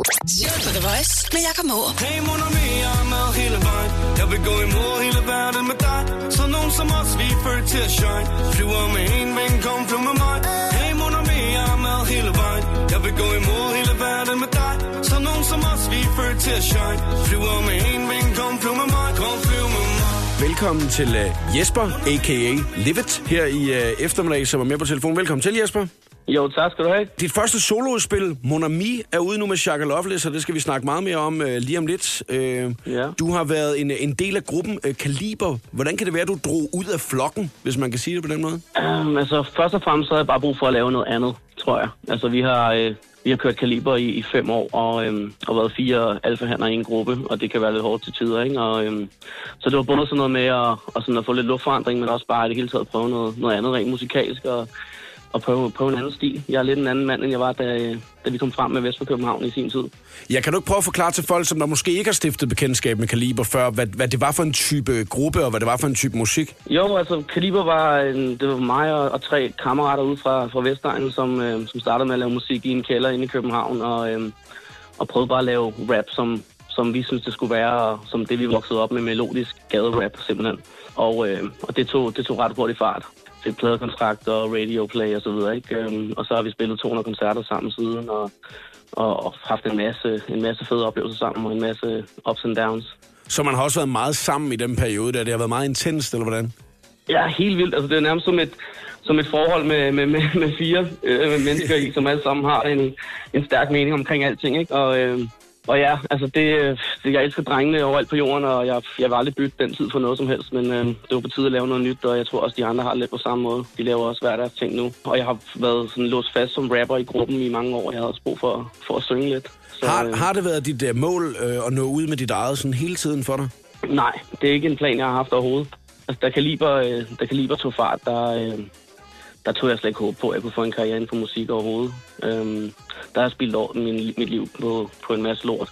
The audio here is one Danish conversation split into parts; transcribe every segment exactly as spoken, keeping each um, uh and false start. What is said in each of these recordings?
På The Voice med Jakob Morup. Hey, mon ami, jeg er med hele vejen. Jeg vil gå imod hele verden med dig. Så nogen som os, vi er født til at shine. Flyver med en ving, kom flyv med mig. Hey, mon ami, jeg er med hele vejen. Jeg vil gå imod hele verden med dig. Så nogen som os, vi er født til at shine. Flyver med en ving, kom flyv med mig. Kom flyv med mig. Velkommen til uh, Jesper, a k a. Livet, her i uh, eftermiddag, som er med på telefonen. Velkommen til, Jesper. Jo, tak skal du have. Dit første soloudspil, Mon Ami, er ude nu med Shaka Loveless, og det skal vi snakke meget mere om uh, lige om lidt. Uh, Ja. Du har været en, en del af gruppen uh, Kaliber. Hvordan kan det være, at du drog ud af flokken, hvis man kan sige det på den måde? Um, altså, først og fremmest så havde jeg bare brug for at lave noget andet, tror jeg. Altså, vi har, øh, vi har kørt Kaliber i, i fem år, og, øhm, og været fire alfahander i en gruppe, og det kan være lidt hårdt til tider, ikke? Og, øhm, så det var både sådan noget med at, og sådan at få lidt luftforandring, men også bare i det hele taget prøve noget, noget andet rent musikalsk, og og prøve, prøve en anden stil. Jeg er lidt en anden mand, end jeg var, da, da vi kom frem med Vest for København i sin tid. Jeg kan du ikke prøve at forklare til folk, som der måske ikke har stiftet bekendtskab med Kaliber før, hvad, hvad det var for en type gruppe, og hvad det var for en type musik? Jo, altså Kaliber var, en, det var mig og, og tre kammerater ude fra, fra Vestegnen, som, øh, som startede med at lave musik i en kælder inde i København, og, øh, og prøvede bare at lave rap, som, som vi synes det skulle være, og som det vi voksede op med, melodisk gaderap simpelthen. Og, øh, og det, tog, det tog ret hurtigt fart. Fik pladekontrakter og radioplay og så videre, ikke? Og så har vi spillet to hundrede koncerter sammen siden, og, og, og haft en masse, en masse fede oplevelser sammen, og en masse ups and downs. Så man har også været meget sammen i den periode, der det har været meget intenst, eller hvordan? Ja, helt vildt. Altså, det er nærmest som et, som et forhold med, med, med, med fire øh, mennesker i, som alle sammen har en, en stærk mening omkring alting, ikke? Og, øh, og ja, altså det, det, jeg elsker drengene overalt på jorden, og jeg, jeg vil aldrig bytte den tid for noget som helst, men øh, det var på tide at lave noget nyt, og jeg tror også, de andre har lidt på samme måde. De laver også hver deres ting nu, og jeg har været sådan låst fast som rapper i gruppen i mange år. Jeg havde også brug for, for at synge lidt. Så, Har, øh, har det været dit uh, mål uh, at nå ud med dit eget sådan hele tiden for dig? Nej, det er ikke en plan, jeg har haft overhovedet. Altså, da Kaliber, øh, da Kaliber tog fart, der, øh, der tog jeg slet ikke håb på, at jeg kunne få en karriere inden for musik overhovedet. Øhm, der har jeg spildt over min, mit liv på, på en masse lort.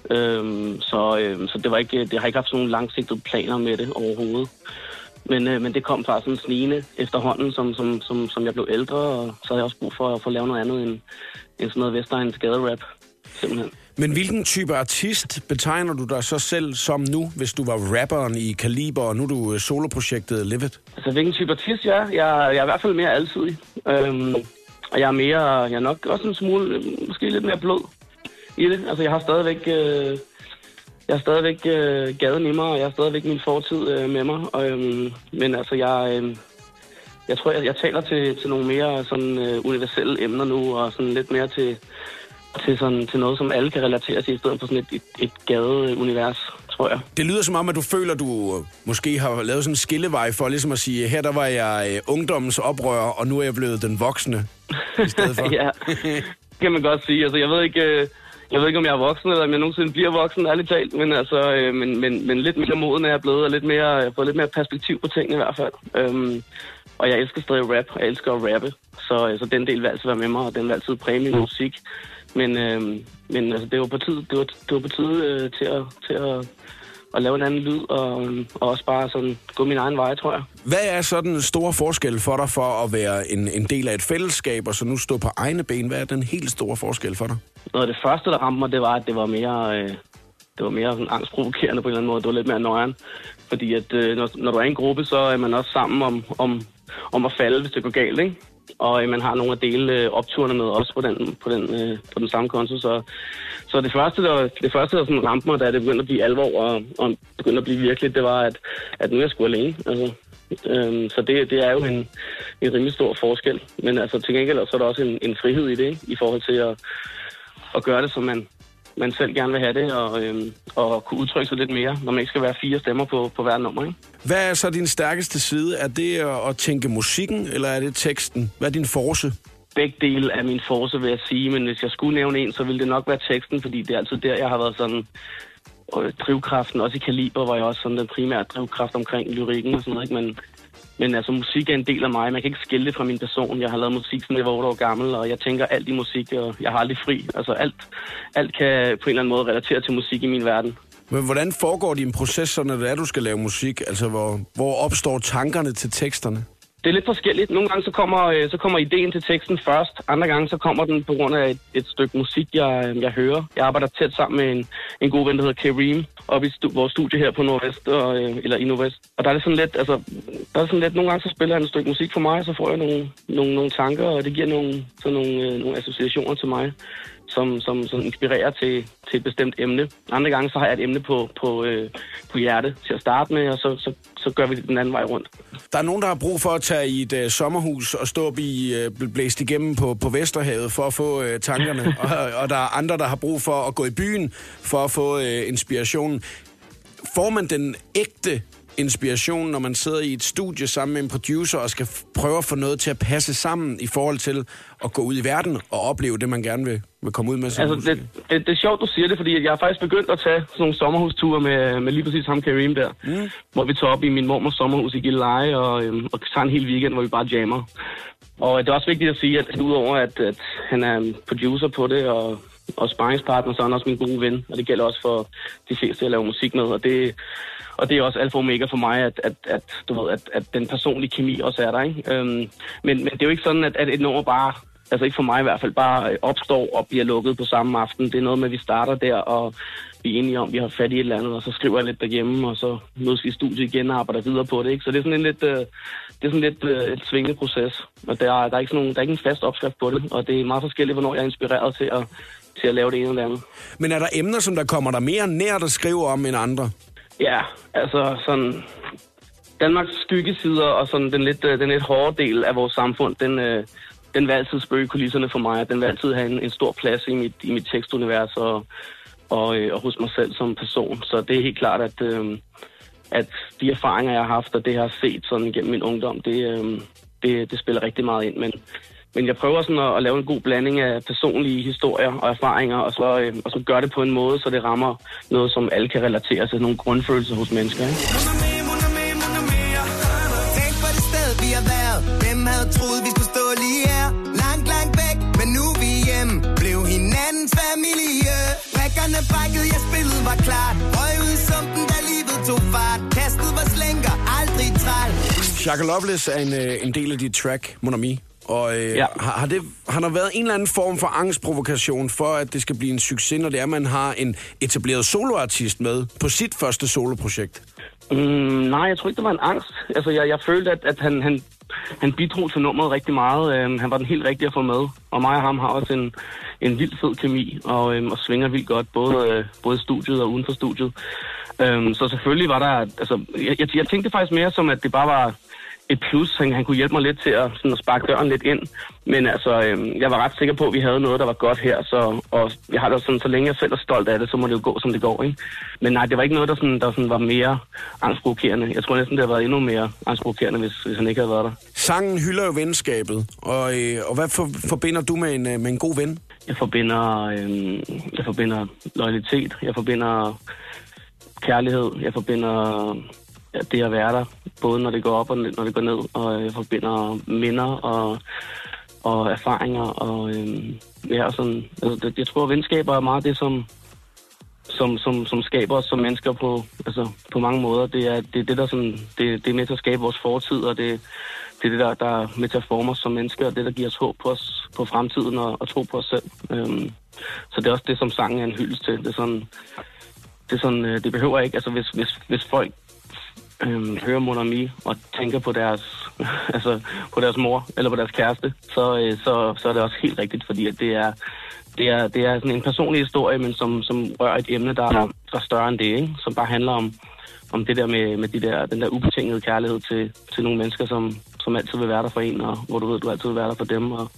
Øhm, så, øh, så det var ikke, det har ikke haft sådan nogle langsigtede planer med det overhovedet. Men, øh, men det kom bare sådan snigende efterhånden, som, som, som, som jeg blev ældre, og så havde jeg også brug for at få lavet noget andet end, end sådan noget Vestegns gaderap, simpelthen. Men hvilken type artist betegner du dig så selv som nu, hvis du var rapperen i Kaliber, og nu er du soloprojektet Livet? Altså, hvilken type artist jeg er? Jeg, jeg er i hvert fald mere alsidig. Øhm, og jeg er mere, jeg er nok også en smule, måske lidt mere blød i det. Altså, jeg har stadigvæk, øh, jeg har stadigvæk øh, gaden i mig, og jeg har stadigvæk min fortid øh, med mig. Og, øhm, men altså, jeg, øh, jeg tror, jeg, jeg taler til, til nogle mere sådan øh, universelle emner nu, og sådan lidt mere til... Til, sådan, til noget, som alle kan relatere til, i stedet for sådan et, et, et gadeunivers, tror jeg. Det lyder som om, at du føler, at du måske har lavet sådan en skillevej for ligesom at sige, her der var jeg øh, ungdommens oprører, og nu er jeg blevet den voksne i stedet for. Ja, det kan man godt sige. Altså, jeg ved ikke, øh, jeg ved ikke, om jeg er voksen, eller om jeg nogensinde bliver voksen, ærligt talt, men, altså, øh, men, men, men lidt mere moden er jeg blevet, og lidt mere, jeg har fået lidt mere perspektiv på tingene i hvert fald. Øhm, og jeg elsker stadig rap, og jeg elsker at rappe, så, så den del vil altid være med mig, og den vil altid præge min musik. Men, øh, men altså, det var på tide, det var, det var på tide øh, til, at, til at, at lave en anden lyd, og, og også bare sådan gå min egen vej, tror jeg. Hvad er så den store forskel for dig for at være en, en del af et fællesskab, og så nu stå på egne ben? Hvad er den helt store forskel for dig? Noget af det første, der ramte mig, det var, at det var mere, øh, det var mere sådan angstprovokerende på en eller anden måde. Det var lidt mere nøjeren. Fordi at, øh, når, når du er i en gruppe, så er man også sammen om, om, om at falde, hvis det går galt, ikke? Og man har nogle af dele øh, opturene med også på den, på den, øh, på den samme konto. Så, så det første, der, det første, der sådan ramte mig, da det begyndte at blive alvor og, og begyndte at blive virkeligt, det var, at, at nu er jeg sgu alene. Altså, øhm, så det, det er jo en, en rimelig stor forskel. Men altså, til gengæld så er der også en, en frihed i det, ikke? I forhold til at, at gøre det, som man, man selv gerne vil have det, og, øhm, og kunne udtrykke sig lidt mere, når man ikke skal være fire stemmer på, på hver nummer, ikke? Hvad er så din stærkeste side? Er det at tænke musikken, eller er det teksten? Hvad er din force? Begge dele er min force, vil jeg sige, men hvis jeg skulle nævne en, så ville det nok være teksten, fordi det er altid der, jeg har været sådan øh, drivkraften, også i Kaliber, hvor jeg også sådan den primære drivkraft omkring lyrikken og sådan noget, ikke? Men, men altså, musik er en del af mig. Man kan ikke skille det fra min person. Jeg har lavet musik, siden jeg var otte år gammel, og jeg tænker alt i musik, og jeg har aldrig fri. Altså, alt, alt kan på en eller anden måde relatere til musik i min verden. Men hvordan foregår din proces, når det er, du skal lave musik? Altså, hvor, hvor opstår tankerne til teksterne? Det er lidt forskelligt. Nogle gange så kommer, øh, så kommer ideen til teksten først. Andre gange så kommer den på grund af et, et stykke musik, jeg, jeg hører. Jeg arbejder tæt sammen med en, en god ven, der hedder Kareem, oppe i stu- vores studie her på Nordvest, og, øh, eller i Nordvest. Og der er det sådan lidt, altså, der er sådan lidt, nogle gange så spiller han et stykke musik for mig, så får jeg nogle, nogle, nogle tanker, og det giver nogle, sådan nogle, øh, nogle associationer til mig, som, som, som inspirerer til, til et bestemt emne. Andre gange så har jeg et emne på, på, øh, på hjerte til at starte med, og så, så, så gør vi det den anden vej rundt. Der er nogen, der har brug for at tage i et uh, sommerhus og stå op i uh, blæst igennem på, på Vesterhavet for at få uh, tankerne, og, og der er andre, der har brug for at gå i byen for at få uh, inspirationen. Får man den ægte inspiration, når man sidder i et studie sammen med en producer og skal prøve at få noget til at passe sammen i forhold til at gå ud i verden og opleve det, man gerne vil, vil komme ud med? Altså, det, det, det er sjovt, du siger det, fordi jeg har faktisk begyndt at tage sådan nogle sommerhusture med, med lige præcis ham, Kareem der, mm. hvor vi tager op i min mormors sommerhus i Gilleleje og, øhm, og tager en hel weekend, hvor vi bare jammer. Og det er også vigtigt at sige, at udover at, at han er producer på det og, og sparringspartner, så er han også min gode ven, og det gælder også for de fleste, jeg laver musik med, og det Og det er også alfa og omega for mig, at, at, at, du ved, at, at den personlige kemi også er der, ikke? Øhm, men, men det er jo ikke sådan, at, at et nummer bare, altså ikke for mig i hvert fald, bare opstår og bliver lukket på samme aften. Det er noget med, at vi starter der, og vi er enige om, at vi har fat i et eller andet, og så skriver jeg lidt derhjemme, og så mødes vi i studiet igen og arbejder videre på det, ikke? Så det er sådan en lidt, øh, det er sådan lidt øh, et svingende proces, og der er, der, er ikke sådan nogen, der er ikke en fast opskrift på det, og det er meget forskelligt, hvornår jeg er inspireret til at, til at lave det ene eller andet. Men er der emner, som der kommer der mere nært at skrive om end andre? Ja, altså sådan Danmarks skyggesider og sådan den lidt, den lidt hårde del af vores samfund, den, den vil altid spøge kulisserne for mig, den vil altid have en, en stor plads i mit, i mit tekstunivers og, og, og hos mig selv som person. Så det er helt klart, at, at de erfaringer, jeg har haft, og det jeg har set sådan gennem min ungdom, det, det, det spiller rigtig meget ind. Men, men jeg prøver sådan at, at lave en god blanding af personlige historier og erfaringer, og så, øh, og så gøre det på en måde, så det rammer noget, som alle kan relatere til, nogle grundfølelser hos mennesker. Ikke? Tænk på det sted, vi har været. Hvem havde troet, vi skulle stå lige her? Langt, langt væk, men nu er vi hjemme. Blev hinandens familie. Rækkerne bakket, jeg spillede var klart. Røg ud i sumpen, da livet tog fart. Kastet var slænker, aldrig træl. Shaka Loveless er en, en del af dit track, Mon Ami. Og øh, ja. har, har, det, har der været en eller anden form for angstprovokation for, at det skal blive en succes, når det er, at man har en etableret soloartist med på sit første soloprojekt? Mm, nej, jeg tror ikke, det var en angst. Altså, jeg, jeg følte, at, at han, han, han bidrog til nummeret rigtig meget. Øh, han var den helt rigtige at få med. Og mig og ham har også en, en vild fed kemi, og, øh, og svinger vildt godt, både, øh, både i studiet og uden for studiet. Øh, så selvfølgelig var der... Altså, jeg, jeg, jeg tænkte faktisk mere som, at det bare var... et plus. Han, han kunne hjælpe mig lidt til at, sådan, at sparke døren lidt ind. Men altså, øhm, jeg var ret sikker på, at vi havde noget, der var godt her. Så, og jeg har det sådan, så længe jeg selv er stolt af det, så må det jo gå, som det går, ikke? Men nej, det var ikke noget, der, sådan, der sådan, var mere angstprovokerende. Jeg tror næsten, det havde været endnu mere angstprovokerende, hvis, hvis han ikke havde været der. Sangen hylder jo venskabet. Og, øh, og hvad for, forbinder du med en, med en god ven? Jeg forbinder, øh, jeg forbinder loyalitet. Jeg forbinder kærlighed. Jeg forbinder... det at være der, både når det går op og når det går ned, og jeg forbinder minder og, og erfaringer, og øhm, ja, sådan, altså, det, jeg tror, at venskaber er meget det, som, som, som, som skaber os som mennesker på, altså, på mange måder. Det er det, det der sådan, det, det er med til at skabe vores fortid, og det, det er det, der, der er med til at forme os som mennesker, og det, der giver os håb på os, på fremtiden og, og tro på os selv. Øhm, så det er også det, som sangen er en hyldest til. Det er sådan, det, er sådan, det behøver ikke, altså hvis, hvis, hvis folk Øhm, hører Mon Ami og tænker på deres, altså på deres mor eller på deres kæreste, så, øh, så, så er det også helt rigtigt, fordi at det er det er det er sådan en personlig historie, men som som rører et emne, der er, der er større end det, ikke? Som bare handler om om det der med med de der den der ubetingede kærlighed til til nogle mennesker, som som altid vil være der for en, og hvor du ved du altid vil være der for dem, og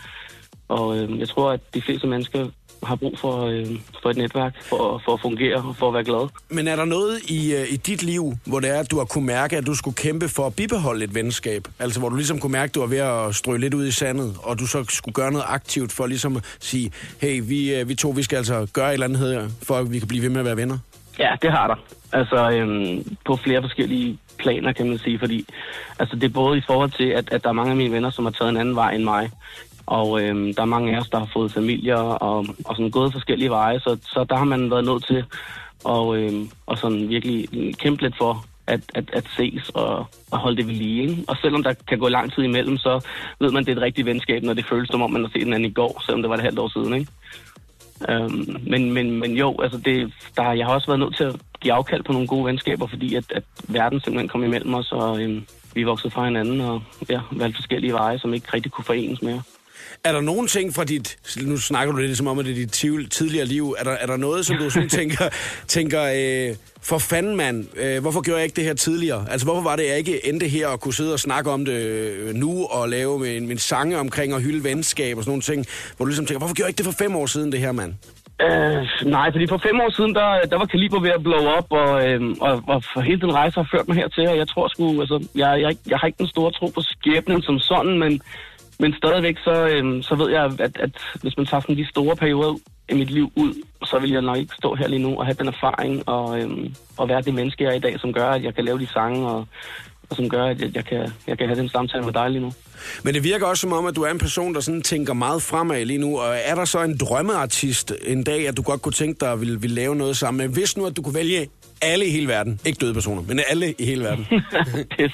og øh, jeg tror, at de fleste mennesker har brug for, øh, for et netværk, for, for at fungere og for at være glad. Men er der noget i, øh, i dit liv, hvor det er, at du har kunne mærke, at du skulle kæmpe for at bibeholde et venskab? Altså hvor du ligesom kunne mærke, at du var ved at strø lidt ud i sandet, og du så skulle gøre noget aktivt for ligesom at sige, hey, vi, øh, vi to, vi skal altså gøre et eller andet her, for at vi kan blive ved med at være venner? Ja, det har der. Altså øhm, på flere forskellige planer, kan man sige, fordi altså, det er både i forhold til, at, at der er mange af mine venner, som har taget en anden vej end mig. Og øhm, der er mange af os, der har fået familier og, og sådan gået forskellige veje, så, så der har man været nødt til at og sådan virkelig kæmpe lidt for, at, at, at ses og, og holde det ved lige. Ikke? Og selvom der kan gå lang tid imellem, så ved man, det er et rigtigt venskab, når det føles som om, man har set den anden i går, selvom det var et halvt år siden. Ikke? Øhm, men, men, men jo, altså det, der, jeg har også været nødt til at give afkald på nogle gode venskaber, fordi at, at verden simpelthen kom imellem os, og øhm, vi voksede fra hinanden og ja, valgte forskellige veje, som ikke rigtig kunne forenes mere. Er der nogen ting fra dit, nu snakker du lidt som om, at det er dit tidligere liv, er der, er der noget, som du sådan tænker, tænker øh, for fanden mand, øh, hvorfor gjorde jeg ikke det her tidligere? Altså hvorfor var det, jeg ikke endte her og kunne sidde og snakke om det nu, og lave min, min sange omkring og hylde venskab og sådan nogle ting, hvor du ligesom tænker, hvorfor gjorde jeg ikke det for fem år siden, det her mand? Uh, nej, fordi for fem år siden, der, der var Kaliber ved at blow op, og, øhm, og, og for hele den rejse har ført mig hertil, og jeg tror sgu, altså, jeg, jeg, jeg har ikke den store tro på skæbnen som sådan, men Men stadigvæk, så, øhm, så ved jeg, at, at hvis man tager sådan de store perioder i mit liv ud, så vil jeg nok ikke stå her lige nu og have den erfaring og, øhm, og være det menneske, jeg er i dag, som gør, at jeg kan lave de sange, og, og som gør, at jeg, jeg, kan, jeg kan have den samtale med dig lige nu. Men det virker også som om, at du er en person, der sådan tænker meget fremad lige nu, og er der så en drømmeartist en dag, at du godt kunne tænke dig at ville, ville lave noget sammen med? Hvis nu, at du kunne vælge alle i hele verden, ikke døde personer, men alle i hele verden. Yes.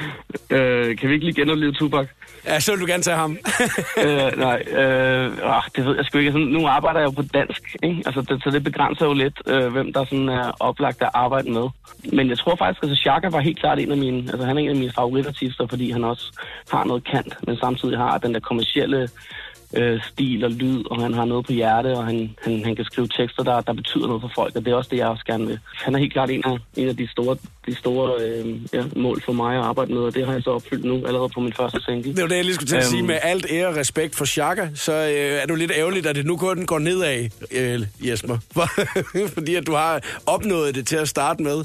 øh, kan vi ikke lige genopleve Tupac? Ja, så vil du gerne tage ham. øh, nej, øh, åh, det ved jeg sgu ikke. Altså, nu arbejder jeg jo på dansk, ikke? Altså, det, så det begrænser jo lidt, øh, hvem der sådan er oplagt at arbejde med. Men jeg tror faktisk, at altså, Chaka var helt klart en af mine, altså han er en af mine favoritartister, fordi han også har noget kant, men samtidig har den der kommercielle øh, stil og lyd, og han har noget på hjerte, og han, han, han kan skrive tekster, der, der betyder noget for folk, og det er også det, jeg også gerne vil. Han er helt klart en af, en af de store, de store øh, ja, mål for mig at arbejde med, og det har jeg så opfyldt nu, allerede på min første single. Det var det, jeg lige skulle til at um, sige. Med alt ære og respekt for Chaka, så øh, er du lidt ærgerligt, at det nu kun går nedad, øh, Jesper. Fordi at du har opnået det til at starte med.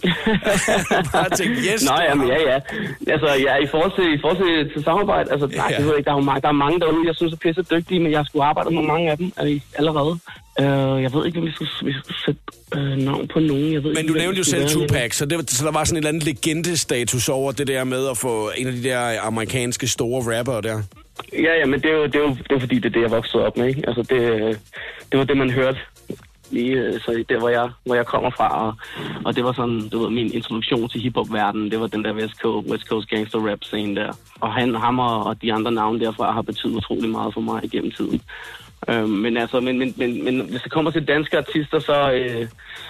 Bare tænke, yes. Nå, jamen, ja, ja. Altså, ja, i forhold til, i forhold til, til samarbejde, altså, nej, ja. Det ved jeg ikke, der er, mange, der er mange derude, jeg synes er pisse dygtige, men jeg har sgu arbejdet med mange af dem allerede. Uh, jeg ved ikke, om vi skulle, vi skulle sætte uh, navn på nogen. Jeg ved men ikke, du nævnte jo selv Tupac, så, det, så der var sådan en eller anden legendestatus over det der med at få en af de der amerikanske store rappere der. Ja, ja, men det er jo, det er jo, det er fordi, det er det, jeg voksede op med, ikke? Altså, det, det var det, man hørte lige så der, hvor jeg, hvor jeg kommer fra, og, og det var sådan, det var min introduktion til hiphop-verdenen, det var den der West Coast, West Coast gangster rap scene der. Og han, ham og, og de andre navne derfra har betydet utrolig meget for mig igennem tiden. Øh, men altså, men, men, men, men hvis det kommer til danske artister, så øh,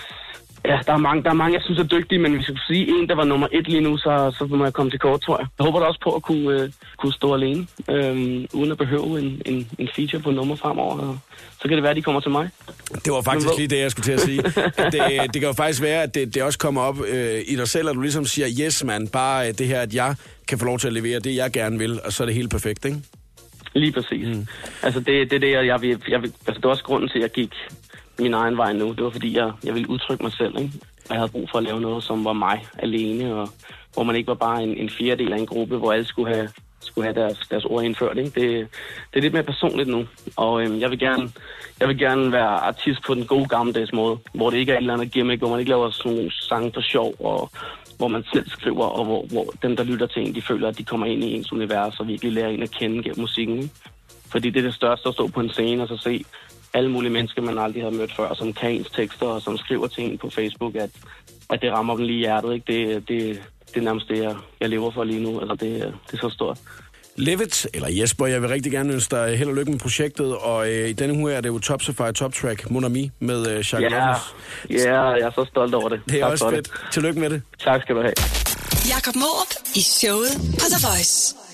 ja, der er mange, der er mange, jeg synes er dygtige, men hvis jeg skulle sige en, der var nummer et lige nu, så, så må jeg komme til kort, tror jeg. Jeg håber da også på at kunne, øh, kunne stå alene, øh, uden at behøve en, en, en feature på nummer fremover. Og så kan det være, at de kommer til mig. Det var faktisk lige det, jeg skulle til at sige. At det, det kan jo faktisk være, at det, det også kommer op øh, i dig selv, at du ligesom siger, yes man, bare det her, at jeg kan få lov til at levere det, jeg gerne vil, og så er det helt perfekt, ikke? Lige præcis. Mm. Altså det, det er det, jeg, jeg, vil, jeg vil, altså det var også grunden til, at jeg gik min egen vej nu. Det var fordi, jeg, jeg ville udtrykke mig selv, ikke? Jeg havde brug for at lave noget, som var mig alene, og hvor man ikke var bare en, en fjerdedel af en gruppe, hvor alle skulle have, skulle have deres, deres ord indført, ikke? Det, det er lidt mere personligt nu, og øhm, jeg vil gerne jeg vil gerne være artist på den gode gammeldags måde, hvor det ikke er et eller andet gimmick, hvor man ikke laver sådan nogle sange for sjov, og hvor man selv skriver, og hvor, hvor dem, der lytter til en, de føler, at de kommer ind i ens univers, og virkelig lærer en at kende gennem musikken, ikke? Fordi det er det største at stå på en scene og så se alle mulige mennesker, man aldrig har mødt før, som kan ens tekster, og som skriver til en på Facebook, at, at det rammer dem lige i hjertet, ikke? Det, det, det er nærmest det, jeg, jeg lever for lige nu, eller det, det er så stort. Levitt, eller Jesper, jeg vil rigtig gerne ønske dig held og lykke med projektet, og øh, i denne uge er det jo Top Safari Top Track, Mon Ami, med øh, Chaka Loves. Ja, jeg er så stolt over det. Det er tak også fedt. Det. Tillykke med det. Tak skal du have. Jakob Mårup i showet på The Voice.